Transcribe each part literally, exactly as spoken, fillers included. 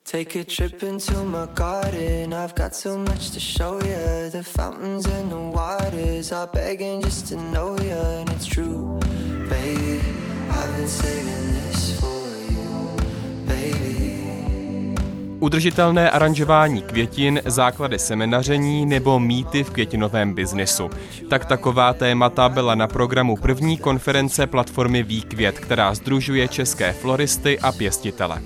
Take a trip into my garden. I've got so much to show you. The fountains and the waters are begging just to know you. And it's true, baby, I've been saving this for you, baby. Udržitelné aranžování květin, základy semenaření nebo mýty v květinovém biznisu. Tak taková témata byla na programu první konference platformy Výkvět, která sdružuje české floristy a pěstitele.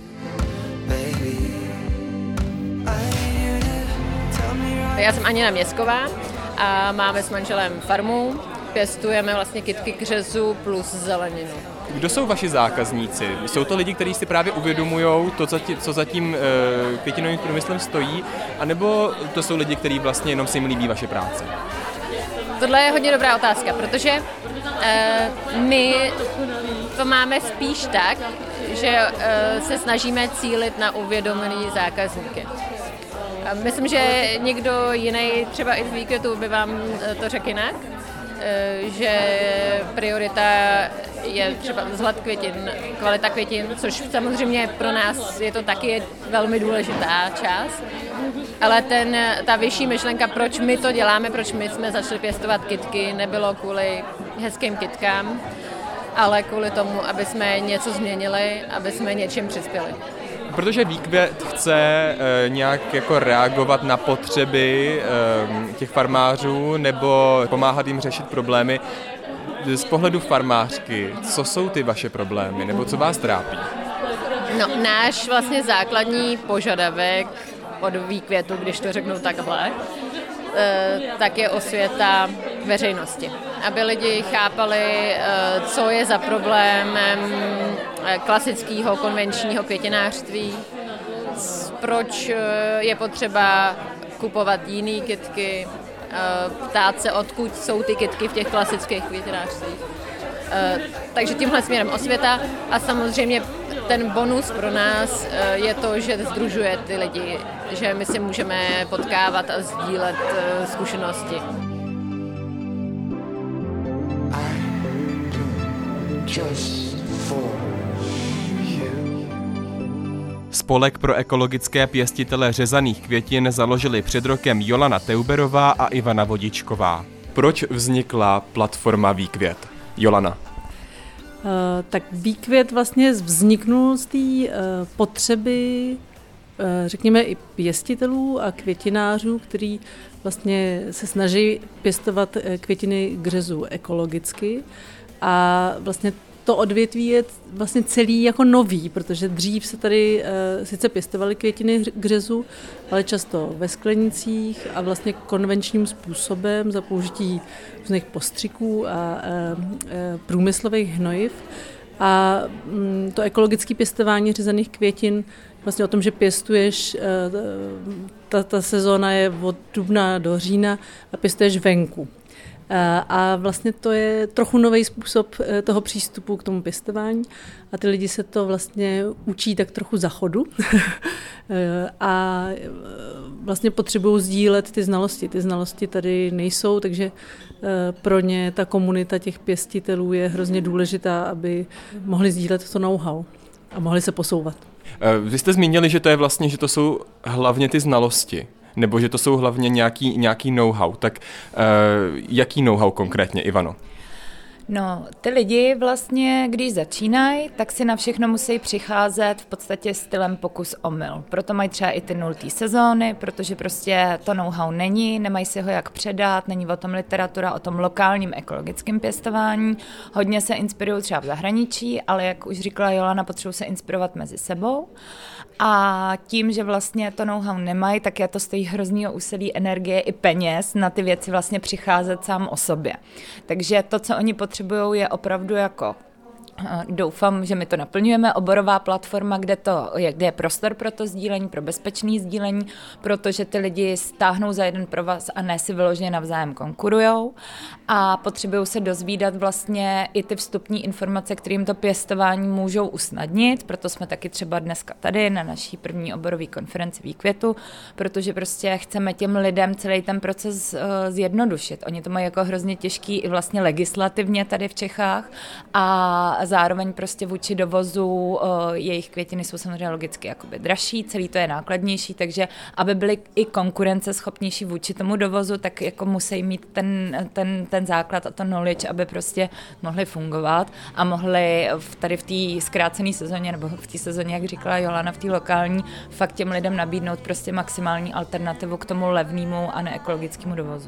Já jsem Anina Měsková a máme s manželem farmu, pěstujeme vlastně kytky k řezu plus zeleninu. Kdo jsou vaši zákazníci? Jsou to lidi, kteří si právě uvědomují to, co za tím e, květinovým průmyslem stojí, anebo to jsou lidi, kteří vlastně jenom si jim líbí vaše práce? Tohle je hodně dobrá otázka, protože e, my to máme spíš tak, že e, se snažíme cílit na uvědomený zákazníky. A myslím, že někdo jiný, třeba i z Výkvětu, by vám to řekl jinak, že priorita je třeba vzhled květin, kvalita květin, což samozřejmě pro nás je to taky velmi důležitá část, ale ten, ta vyšší myšlenka, proč my to děláme, proč my jsme začali pěstovat kytky, nebylo kvůli hezkým kytkám, ale kvůli tomu, aby jsme něco změnili, aby jsme něčím přispěli. Protože Výkvět chce e, nějak jako reagovat na potřeby e, těch farmářů nebo pomáhat jim řešit problémy. Z pohledu farmářky, co jsou ty vaše problémy nebo co vás trápí? No, náš vlastně základní požadavek od Výkvětu, když to řeknu takhle, e, tak je osvěta veřejnosti. Aby lidi chápali, co je za problémem klasického konvenčního květinářství, proč je potřeba kupovat jiné kytky, ptát se, odkud jsou ty kytky v těch klasických květinářstvích. Takže tímhle směrem osvěta a samozřejmě ten bonus pro nás je to, že sdružuje ty lidi, že my si můžeme potkávat a sdílet zkušenosti. Spolek pro ekologické pěstitele řezaných květin založili před rokem Jolana Teuberová a Ivana Vodičková. Proč vznikla platforma Výkvět? Jolana. Uh, tak Výkvět vlastně vzniknul z té uh, potřeby, uh, řekněme, i pěstitelů a květinářů, který vlastně se snaží pěstovat květiny k řezu ekologicky. A vlastně to odvětví je vlastně celý jako nový, protože dřív se tady e, sice pěstovaly květiny k řezu, ale často ve sklenicích a vlastně konvenčním způsobem za použití různých postřiků a e, e, průmyslových hnojiv. A m, to ekologické pěstování řezaných květin vlastně o tom, že pěstuješ, e, ta, ta sezóna je od dubna do října a pěstuješ venku. A vlastně to je trochu nový způsob toho přístupu k tomu pěstování a ty lidi se to vlastně učí tak trochu za chodu a vlastně potřebují sdílet ty znalosti. Ty znalosti tady nejsou, takže pro ně ta komunita těch pěstitelů je hrozně důležitá, aby mohli sdílet to know-how a mohli se posouvat. Vy jste zmínili, že to je vlastně, že to jsou hlavně ty znalosti. Nebo že to jsou hlavně nějaký, nějaký know-how. Tak uh, jaký know-how konkrétně, Ivano? No, ty lidi vlastně, když začínají, tak si na všechno musí přicházet v podstatě stylem pokus omyl. Proto mají třeba i ty nultý sezóny, protože prostě to know-how není, nemají si ho jak předat, není o tom literatura, o tom lokálním ekologickém pěstování. Hodně se inspirují třeba v zahraničí, ale jak už říkala Jolana, potřebují se inspirovat mezi sebou. A tím, že vlastně to know-how nemají, tak je to stojí hroznýho úsilí, energie i peněz na ty věci vlastně přicházet sám o sobě. Takže to, co oni potřebují, je opravdu jako doufám, že my to naplňujeme, oborová platforma, kde, to je, kde je prostor pro to sdílení, pro bezpečné sdílení, protože ty lidi stáhnou za jeden provaz a ne si vyloženě navzájem konkurujou a potřebují se dozvídat vlastně i ty vstupní informace, kterým to pěstování můžou usnadnit, proto jsme taky třeba dneska tady na naší první oborové konferenci Výkvětu, protože prostě chceme těm lidem celý ten proces uh, zjednodušit. Oni to mají jako hrozně těžký i vlastně legislativně tady v Čechách a zároveň prostě vůči dovozu jejich květiny jsou samozřejmě logicky jakoby dražší, celý to je nákladnější, takže aby byly i konkurenceschopnější vůči tomu dovozu, tak jako musí mít ten, ten, ten základ a to knowledge, aby prostě mohli fungovat a mohli v, tady v té zkrácené sezóně, nebo v té sezóně, jak říkala Jolana, v té lokální, fakt těm lidem nabídnout prostě maximální alternativu k tomu levnému a neekologickému dovozu.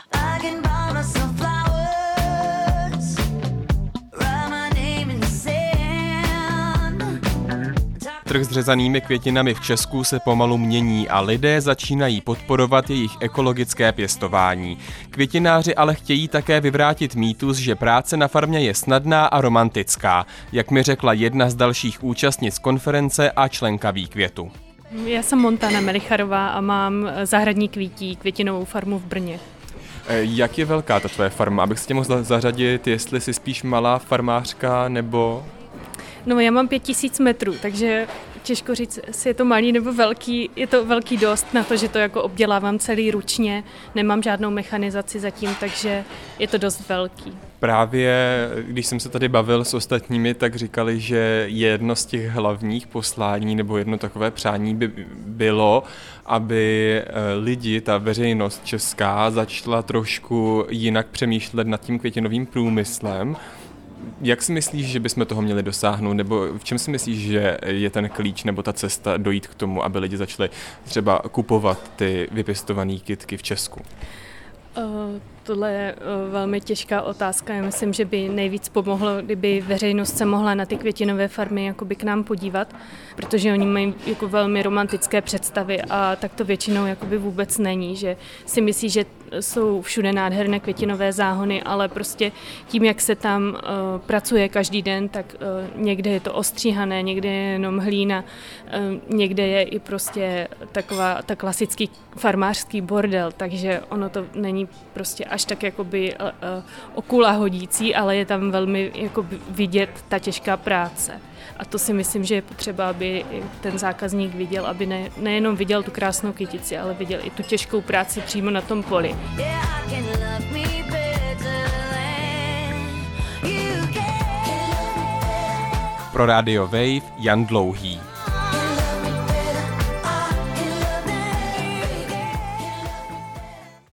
Trh s řezanými květinami v Česku se pomalu mění a lidé začínají podporovat jejich ekologické pěstování. Květináři ale chtějí také vyvrátit mýtus, že práce na farmě je snadná a romantická, jak mi řekla jedna z dalších účastnic konference a členka Výkvětu. Já jsem Montana Melicharová a mám zahradní kvítí, květinovou farmu v Brně. Jak je velká ta tvoje farma? Abych se tě mohl zařadit, jestli jsi spíš malá farmářka nebo... No, já mám pět tisíc metrů, takže těžko říct, jestli je to malý nebo velký. Je to velký dost na to, že to jako obdělávám celý ručně, nemám žádnou mechanizaci zatím, takže je to dost velký. Právě, když jsem se tady bavil s ostatními, tak říkali, že jedno z těch hlavních poslání nebo jedno takové přání by bylo, aby lidi, ta veřejnost česká, začala trošku jinak přemýšlet nad tím květinovým průmyslem. Jak si myslíš, že bychom toho měli dosáhnout, nebo v čem si myslíš, že je ten klíč nebo ta cesta dojít k tomu, aby lidi začali třeba kupovat ty vypěstované kytky v Česku? Uh, tohle je uh, velmi těžká otázka. Já myslím, že by nejvíc pomohlo, kdyby veřejnost se mohla na ty květinové farmy jakoby k nám podívat, protože oni mají jako velmi romantické představy a tak to většinou jakoby vůbec není, že si myslí, že jsou všude nádherné květinové záhony, ale prostě tím, jak se tam uh, pracuje každý den, tak uh, někde je to ostříhané, někde je jenom hlína, uh, někde je i prostě taková ta klasický farmářský bordel, takže ono to není prostě až tak jakoby uh, uh, okula hodící, ale je tam velmi jakoby vidět ta těžká práce. A to si myslím, že je potřeba, aby ten zákazník viděl, aby ne, nejenom viděl tu krásnou kytici, ale viděl i tu těžkou práci přímo na tom poli. Pro Radio Wave Jan Dlouhý.